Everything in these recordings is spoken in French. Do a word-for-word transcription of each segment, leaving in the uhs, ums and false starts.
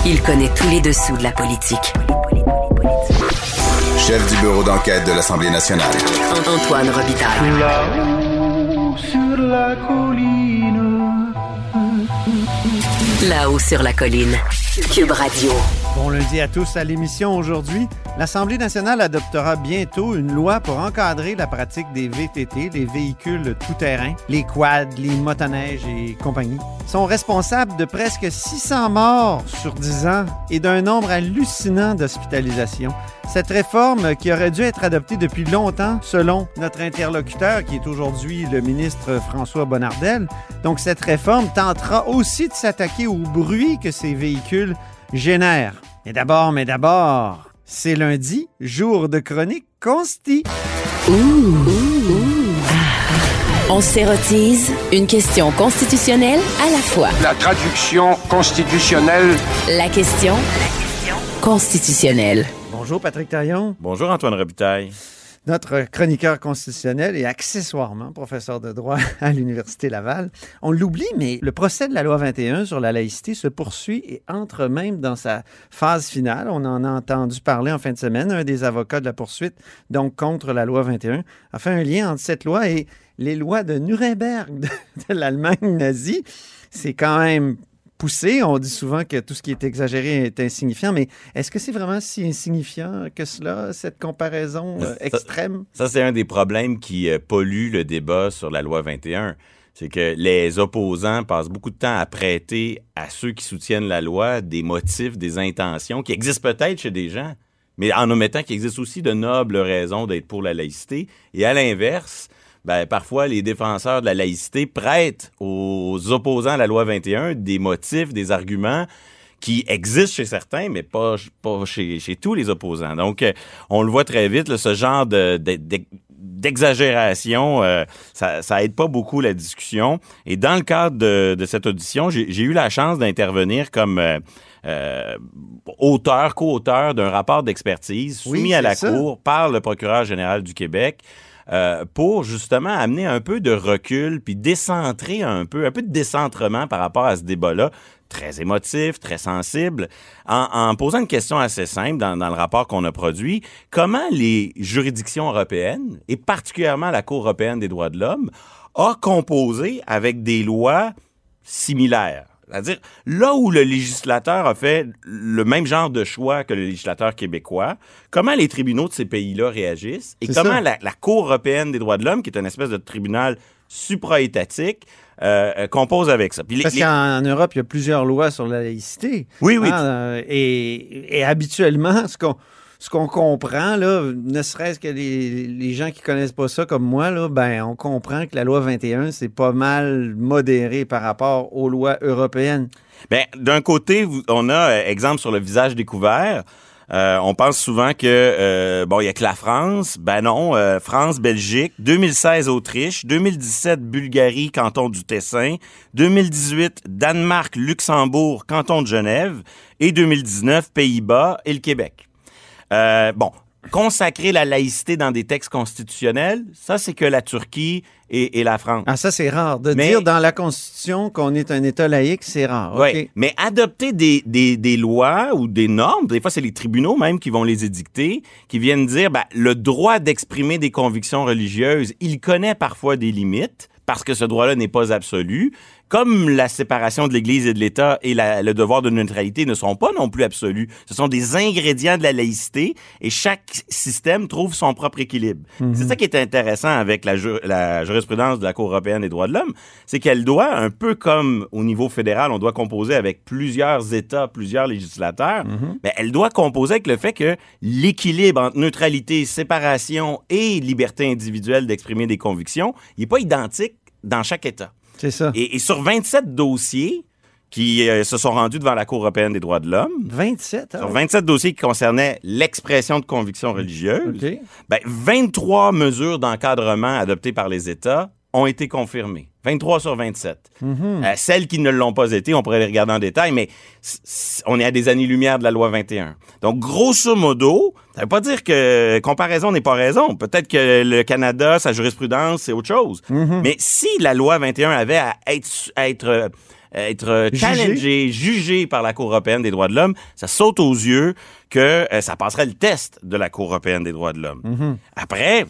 Il connaît tous les dessous de la politique. Chef du bureau d'enquête de l'Assemblée nationale. Antoine Robitaille. Là-haut sur la colline. Là-haut sur la colline. Cube Radio. Bon lundi à tous. À l'émission aujourd'hui, l'Assemblée nationale adoptera bientôt une loi pour encadrer la pratique des V T T, les véhicules tout-terrain, les quads, les motoneiges et compagnie. Ils sont responsables de presque six cents morts sur dix ans et d'un nombre hallucinant d'hospitalisations. Cette réforme, qui aurait dû être adoptée depuis longtemps, selon notre interlocuteur, qui est aujourd'hui le ministre François Bonnardel, donc cette réforme tentera aussi de s'attaquer au bruit que ces véhicules génèrent. Mais d'abord, mais d'abord, c'est lundi, jour de chronique consti. Ouh, ouh, ouh. Ah. On s'érotise une question constitutionnelle à la fois. La traduction constitutionnelle. La question constitutionnelle. Bonjour Patrick Taillon. Bonjour Antoine Robitaille. Notre chroniqueur constitutionnel et accessoirement professeur de droit à l'Université Laval. On l'oublie, mais le procès de la loi vingt et un sur la laïcité se poursuit et entre même dans sa phase finale. On en a entendu parler en fin de semaine. Un des avocats de la poursuite, donc contre la loi vingt et un, a fait un lien entre cette loi et les lois de Nuremberg de, de l'Allemagne nazie. C'est quand même poussé. On dit souvent que tout ce qui est exagéré est insignifiant, mais est-ce que c'est vraiment si insignifiant que cela, cette comparaison euh, extrême? Ça, ça, c'est un des problèmes qui euh, pollue le débat sur la loi vingt et un. C'est que les opposants passent beaucoup de temps à prêter à ceux qui soutiennent la loi des motifs, des intentions qui existent peut-être chez des gens, mais en omettant qu'il existe aussi de nobles raisons d'être pour la laïcité. Et à l'inverse, ben, parfois, les défenseurs de la laïcité prêtent aux opposants à la loi vingt et un des motifs, des arguments qui existent chez certains, mais pas, pas chez, chez tous les opposants. Donc, euh, on le voit très vite, là, ce genre de, de, de, d'exagération, euh, ça, ça aide pas beaucoup la discussion. Et dans le cadre de, de cette audition, j'ai, j'ai eu la chance d'intervenir comme euh, euh, auteur, co-auteur d'un rapport d'expertise soumis oui, à la ça. Cour par le procureur général du Québec. Euh, pour justement amener un peu de recul puis décentrer un peu, un peu de décentrement par rapport à ce débat-là, très émotif, très sensible, en, en posant une question assez simple dans, dans le rapport qu'on a produit. Comment les juridictions européennes, et particulièrement la Cour européenne des droits de l'homme, a composé avec des lois similaires? C'est-à-dire, là où le législateur a fait le même genre de choix que le législateur québécois, comment les tribunaux de ces pays-là réagissent et C'est comment ça. la, la Cour européenne des droits de l'homme, qui est une espèce de tribunal supra-étatique, euh, compose avec ça. Puis les, Parce les... qu'en Europe, il y a plusieurs lois sur la laïcité. Oui, oui. Hein, euh, et, et habituellement, ce qu'on... Ce qu'on comprend, là, ne serait-ce que les, les gens qui connaissent pas ça comme moi, là, ben, on comprend que la loi vingt et un, c'est pas mal modéré par rapport aux lois européennes. Bien, d'un côté, on a, euh, exemple, sur le visage découvert, euh, on pense souvent que, euh, bon, il y a que la France. Ben non, euh, France, Belgique, deux mille seize, Autriche, deux mille dix-sept, Bulgarie, canton du Tessin, deux mille dix-huit, Danemark, Luxembourg, canton de Genève, et deux mille dix-neuf, Pays-Bas et le Québec. Euh, bon, consacrer la laïcité dans des textes constitutionnels, ça, c'est que la Turquie et, et la France. Ah, ça, c'est rare. De Mais- dire dans la Constitution qu'on est un État laïque, c'est rare. Oui, OK. mais adopter des, des, des lois ou des normes, des fois, c'est les tribunaux même qui vont les édicter, qui viennent dire, ben, le droit d'exprimer des convictions religieuses, il connaît parfois des limites, parce que ce droit-là n'est pas absolu. Comme la séparation de l'Église et de l'État et la, le devoir de neutralité ne sont pas non plus absolus. Ce sont des ingrédients de la laïcité et chaque système trouve son propre équilibre. Mm-hmm. C'est ça qui est intéressant avec la, ju- la jurisprudence de la Cour européenne des droits de l'homme, c'est qu'elle doit, un peu comme au niveau fédéral, on doit composer avec plusieurs États, plusieurs législateurs, mm-hmm. ben, elle doit composer avec le fait que l'équilibre entre neutralité, séparation et liberté individuelle d'exprimer des convictions, il n'est pas identique dans chaque État. C'est ça. Et, et sur vingt-sept dossiers qui euh, se sont rendus devant la Cour européenne des droits de l'homme, vingt-sept? Ah, sur oui. vingt-sept dossiers qui concernaient l'expression de convictions religieuses, OK. ben, vingt-trois mesures d'encadrement adoptées par les États ont été confirmées. vingt-trois sur vingt-sept. Mm-hmm. Euh, celles qui ne l'ont pas été, on pourrait les regarder en détail, mais c- c- on est à des années-lumière de la loi vingt et un. Donc, grosso modo, ça veut pas dire que comparaison n'est pas raison. Peut-être que le Canada, sa jurisprudence, c'est autre chose. Mm-hmm. Mais si la loi vingt et un avait à être, à être euh, être challengé, jugé par la Cour européenne des droits de l'homme, ça saute aux yeux que euh, ça passerait le test de la Cour européenne des droits de l'homme. Mm-hmm. Après,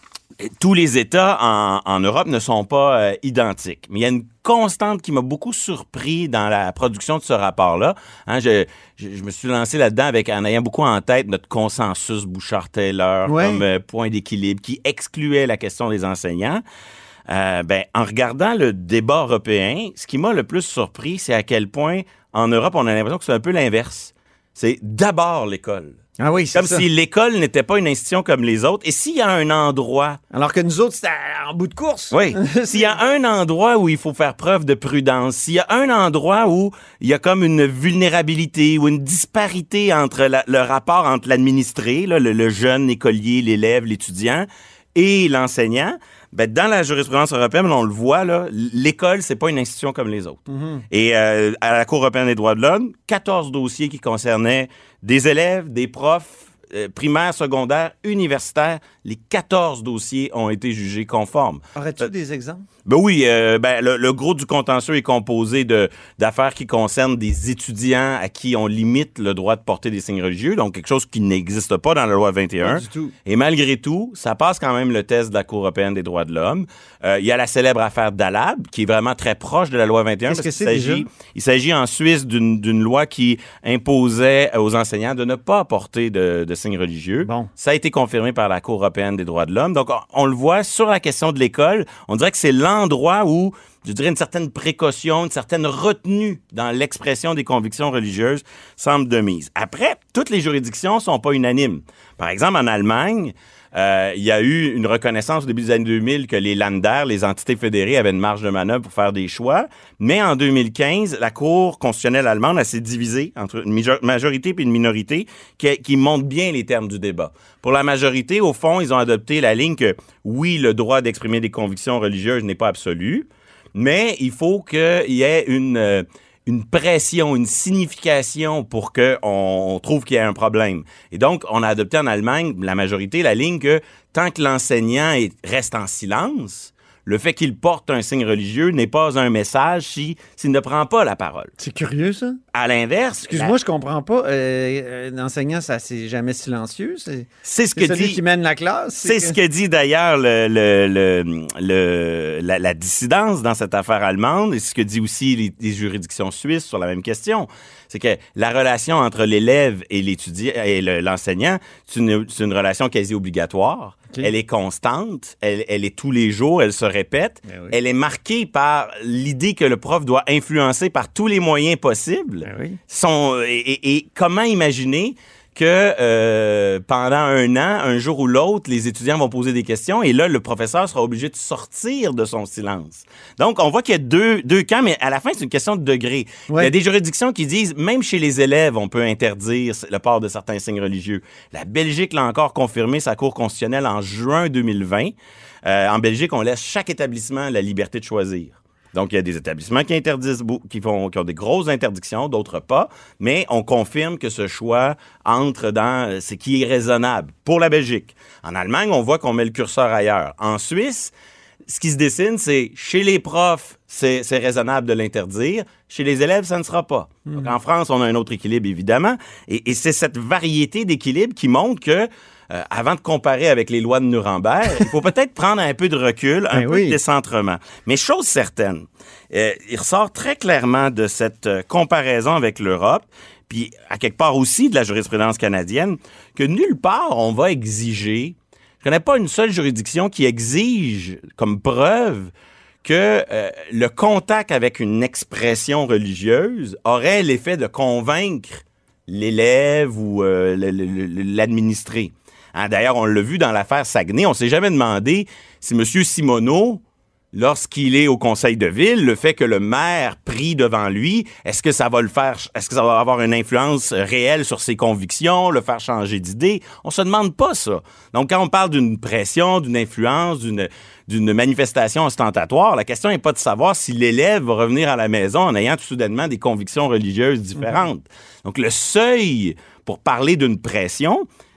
tous les États en, en Europe ne sont pas euh, identiques. Mais il y a une constante qui m'a beaucoup surpris dans la production de ce rapport-là. Hein, je, je, je me suis lancé là-dedans avec, en ayant beaucoup en tête notre consensus Bouchard-Taylor ouais. comme euh, point d'équilibre qui excluait la question des enseignants. Euh, ben, en regardant le débat européen, ce qui m'a le plus surpris, c'est à quel point en Europe, on a l'impression que c'est un peu l'inverse. C'est d'abord l'école. Ah oui, c'est comme ça. si l'école n'était pas une institution comme les autres. Et s'il y a un endroit... Alors que nous autres, c'était en bout de course. Oui. S'il y a un endroit où il faut faire preuve de prudence, s'il y a un endroit où il y a comme une vulnérabilité ou une disparité entre la, le rapport entre l'administré, là, le, le jeune écolier, l'élève, l'étudiant, et l'enseignant... Ben, dans la jurisprudence européenne, on le voit, là, l'école, c'est pas une institution comme les autres. Mm-hmm. Et euh, à la Cour européenne des droits de l'homme, quatorze dossiers qui concernaient des élèves, des profs, euh, primaires, secondaires, universitaires. Les quatorze dossiers ont été jugés conformes. Aurais-tu euh, des exemples? Ben oui, euh, ben le, le gros du contentieux est composé de d'affaires qui concernent des étudiants à qui on limite le droit de porter des signes religieux, donc quelque chose qui n'existe pas dans la loi vingt et un. Pas du tout. Et malgré tout, ça passe quand même le test de la Cour européenne des droits de l'homme. Euh, il y a la célèbre affaire Dalab, qui est vraiment très proche de la loi vingt et un. Qu'est-ce que c'est déjà? Il s'agit en Suisse d'une, d'une loi qui imposait aux enseignants de ne pas porter de, de signes religieux. Bon. Ça a été confirmé par la Cour européenne des droits de l'homme. Donc, on, on le voit sur la question de l'école, on dirait que c'est l'endroit où, je dirais, une certaine précaution, une certaine retenue dans l'expression des convictions religieuses semble de mise. Après, toutes les juridictions sont pas unanimes. Par exemple, en Allemagne, euh, il y a eu une reconnaissance au début des années deux mille que les Länder, les entités fédérées, avaient une marge de manœuvre pour faire des choix. Mais en deux mille quinze, la Cour constitutionnelle allemande elle s'est divisée entre une majorité et une minorité qui, qui montre bien les termes du débat. Pour la majorité, au fond, ils ont adopté la ligne que, oui, le droit d'exprimer des convictions religieuses n'est pas absolu, mais il faut qu'il y ait une, euh, une pression, une signification pour qu'on on trouve qu'il y a un problème. Et donc, on a adopté en Allemagne, la majorité, la ligne que tant que l'enseignant est, reste en silence, le fait qu'il porte un signe religieux n'est pas un message si, s'il ne prend pas la parole. C'est curieux, ça. À l'inverse... Excuse-moi, la... je comprends pas. Euh, l'enseignant, ça, c'est jamais silencieux. C'est, c'est ce c'est que celui dit... qui mène la classe. C'est, c'est que... ce que dit d'ailleurs le, le, le, le, la, la dissidence dans cette affaire allemande et ce que dit aussi les, les juridictions suisses sur la même question. C'est que la relation entre l'élève et l'étudiant et le, l'enseignant, c'est une, c'est une relation quasi obligatoire. Okay. Elle est constante, elle, elle est tous les jours, elle se répète. Ben oui. Elle est marquée par l'idée que le prof doit influencer par tous les moyens possibles. Ben oui. Son, et, et, et comment imaginer que euh, pendant un an, un jour ou l'autre, les étudiants vont poser des questions et là, le professeur sera obligé de sortir de son silence. Donc, on voit qu'il y a deux, deux camps, mais à la fin, c'est une question de degré. Ouais. Il y a des juridictions qui disent, même chez les élèves, on peut interdire le port de certains signes religieux. La Belgique l'a encore confirmé, sa Cour constitutionnelle, en juin deux mille vingt. Euh, en Belgique, on laisse chaque établissement la liberté de choisir. Donc, il y a des établissements qui interdisent, qui, font, qui ont des grosses interdictions, d'autres pas, mais on confirme que ce choix entre dans ce qui est raisonnable pour la Belgique. En Allemagne, on voit qu'on met le curseur ailleurs. En Suisse, ce qui se dessine, c'est chez les profs, c'est, c'est raisonnable de l'interdire. Chez les élèves, ça ne sera pas. Mmh. Donc, en France, on a un autre équilibre, évidemment. Et, et c'est cette variété d'équilibre qui montre que Euh, avant de comparer avec les lois de Nuremberg, il faut peut-être prendre un peu de recul, un ben peu oui. de décentrement. Mais chose certaine, euh, il ressort très clairement de cette euh, comparaison avec l'Europe, puis à quelque part aussi de la jurisprudence canadienne, que nulle part on va exiger, je connais pas une seule juridiction qui exige comme preuve que euh, le contact avec une expression religieuse aurait l'effet de convaincre l'élève ou euh, l'administré. Hein, d'ailleurs, on l'a vu dans l'affaire Saguenay, on ne s'est jamais demandé si M. Simoneau, lorsqu'il est au conseil de ville, le fait que le maire prie devant lui, est-ce que ça va le faire, est-ce que ça va avoir une influence réelle sur ses convictions, le faire changer d'idée? On se demande pas ça. Donc, quand on parle d'une pression, d'une influence, d'une, d'une manifestation ostentatoire, la question n'est pas de savoir si l'élève va revenir à la maison en ayant tout soudainement des convictions religieuses différentes. Mm-hmm. Donc, le seuil pour parler d'une pression,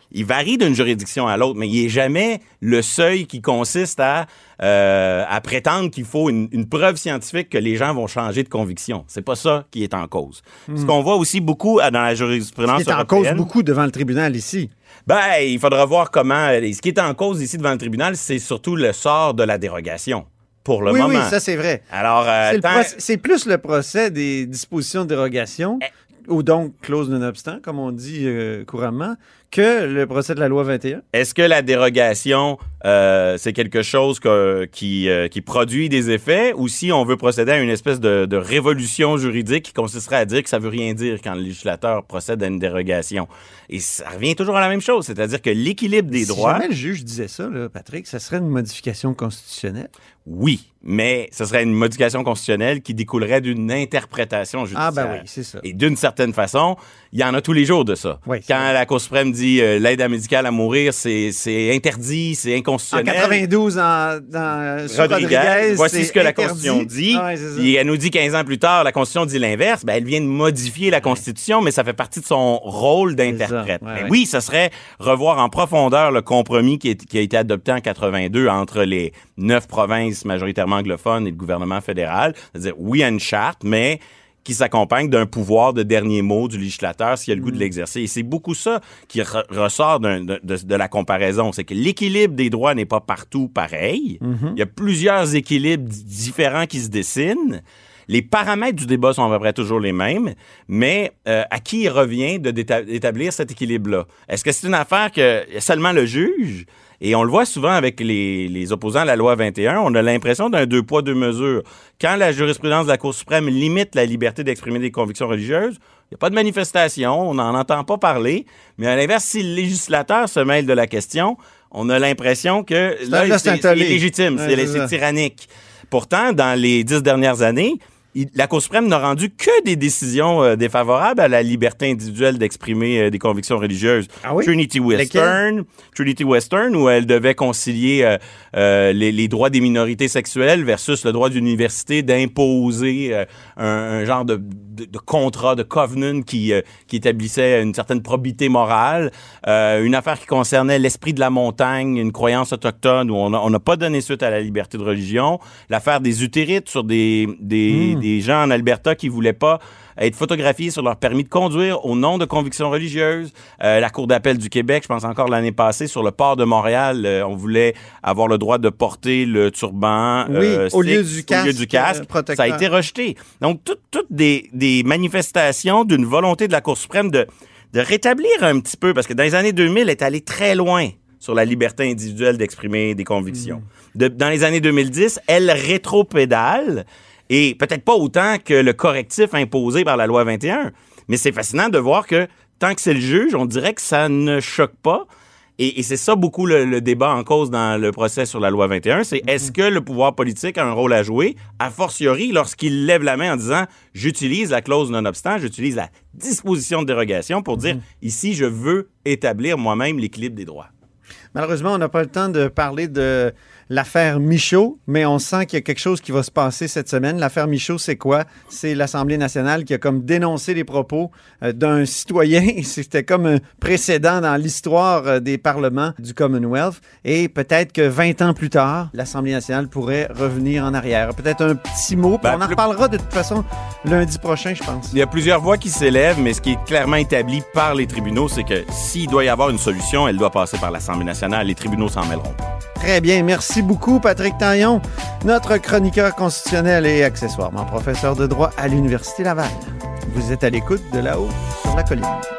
il varie d'une juridiction à l'autre, mais il n'est jamais le seuil qui consiste à, euh, à prétendre qu'il faut une, une preuve scientifique que les gens vont changer de conviction. C'est pas ça qui est en cause. Mm. Ce qu'on voit aussi beaucoup dans la jurisprudence Ce qui est européenne, en cause beaucoup devant le tribunal ici. Ben, il faudra voir comment... Ce qui est en cause ici devant le tribunal, c'est surtout le sort de la dérogation. Pour le oui, moment. Oui, ça, c'est vrai. Alors, euh, c'est, tant... procès, c'est plus le procès des dispositions de dérogation, eh... ou donc clause non-obstant, comme on dit euh, couramment, que le procès de la loi vingt et un. Est-ce que la dérogation, euh, c'est quelque chose que, qui, euh, qui produit des effets, ou si on veut procéder à une espèce de, de révolution juridique qui consisterait à dire que ça veut rien dire quand le législateur procède à une dérogation? Et ça revient toujours à la même chose, c'est-à-dire que l'équilibre des si droits... Si jamais le juge disait ça, là, Patrick, ça serait une modification constitutionnelle? Oui, mais ce serait une modification constitutionnelle qui découlerait d'une interprétation judiciaire. Ah ben oui, c'est ça. Et d'une certaine façon, il y en a tous les jours de ça. Oui, quand vrai. La Cour suprême dit euh, l'aide médicale à mourir, c'est, c'est interdit, c'est inconstitutionnel. En quatre-vingt-douze, en, dans, sur Rodriguez, Rodriguez, voici ce que interdit. La Constitution dit. Ah ouais, c'est ça. Et elle nous dit quinze ans plus tard, la Constitution dit l'inverse. Ben, elle vient de modifier la Constitution, mais ça fait partie de son rôle d'interprète. Ouais, ben, ouais. Oui, ça serait revoir en profondeur le compromis qui, est, qui a été adopté en quatre-vingt-deux entre les neuf provinces majoritairement anglophones et le gouvernement fédéral. C'est-à-dire, oui, à une charte, mais qui s'accompagne d'un pouvoir de dernier mot du législateur s'il a le goût de l'exercer. Et c'est beaucoup ça qui re- ressort d'un, de, de, de la comparaison. C'est que l'équilibre des droits n'est pas partout pareil. Mm-hmm. Il y a plusieurs équilibres différents qui se dessinent. Les paramètres du débat sont à peu près toujours les mêmes, mais euh, à qui il revient de d'établir cet équilibre-là? Est-ce que c'est une affaire que seulement le juge? Et on le voit souvent avec les, les opposants à la loi vingt et un, on a l'impression d'un deux poids, deux mesures. Quand la jurisprudence de la Cour suprême limite la liberté d'exprimer des convictions religieuses, il n'y a pas de manifestation, on n'en entend pas parler, mais à l'inverse, si le législateur se mêle de la question, on a l'impression que c'est là, là, c'est, c'est, c'est illégitime, ouais, c'est, c'est, c'est tyrannique. Pourtant, dans les dix dernières années, il, la Cour suprême n'a rendu que des décisions euh, défavorables à la liberté individuelle d'exprimer euh, des convictions religieuses. Ah oui? Trinity Western, Trinity Western, où elle devait concilier euh, euh, les, les droits des minorités sexuelles versus le droit de l'université d'imposer euh, un, un genre de, de, de contrat, de covenant qui, euh, qui établissait une certaine probité morale. Euh, une affaire qui concernait l'esprit de la montagne, une croyance autochtone où on n'a pas donné suite à la liberté de religion. L'affaire des utérites sur des... des, mmh. des des gens en Alberta qui voulaient pas être photographiés sur leur permis de conduire au nom de convictions religieuses. Euh, la Cour d'appel du Québec, je pense encore l'année passée, sur le port de Montréal, euh, on voulait avoir le droit de porter le turban oui, euh, au, six, lieu du casque, au lieu du casque. Euh, ça a été rejeté. Donc, toutes tout des, des manifestations d'une volonté de la Cour suprême de, de rétablir un petit peu, parce que dans les années deux mille, elle est allée très loin sur la liberté individuelle d'exprimer des convictions. Mmh. De, dans les années deux mille dix, elle rétropédale. Et peut-être pas autant que le correctif imposé par la loi vingt et un. Mais c'est fascinant de voir que tant que c'est le juge, on dirait que ça ne choque pas. Et, et c'est ça beaucoup le, le débat en cause dans le procès sur la loi vingt et un. C'est mm-hmm. est-ce que le pouvoir politique a un rôle à jouer, a fortiori lorsqu'il lève la main en disant « j'utilise la clause non-obstant, j'utilise la disposition de dérogation pour mm-hmm. dire « ici, je veux établir moi-même l'équilibre des droits ». Malheureusement, on n'a pas le temps de parler de l'affaire Michaud, mais on sent qu'il y a quelque chose qui va se passer cette semaine. L'affaire Michaud, c'est quoi? C'est l'Assemblée nationale qui a comme dénoncé les propos euh, d'un citoyen. C'était comme un précédent dans l'histoire euh, des parlements du Commonwealth. Et peut-être que vingt ans plus tard, l'Assemblée nationale pourrait revenir en arrière. Peut-être un petit mot, puis ben, on en reparlera de toute façon lundi prochain, je pense. Il y a plusieurs voix qui s'élèvent, mais ce qui est clairement établi par les tribunaux, c'est que s'il doit y avoir une solution, elle doit passer par l'Assemblée nationale. Les tribunaux s'en mêleront. Très bien. Merci beaucoup, Patrick Taillon, notre chroniqueur constitutionnel et accessoirement professeur de droit à l'Université Laval. Vous êtes à l'écoute de là-haut sur la colline.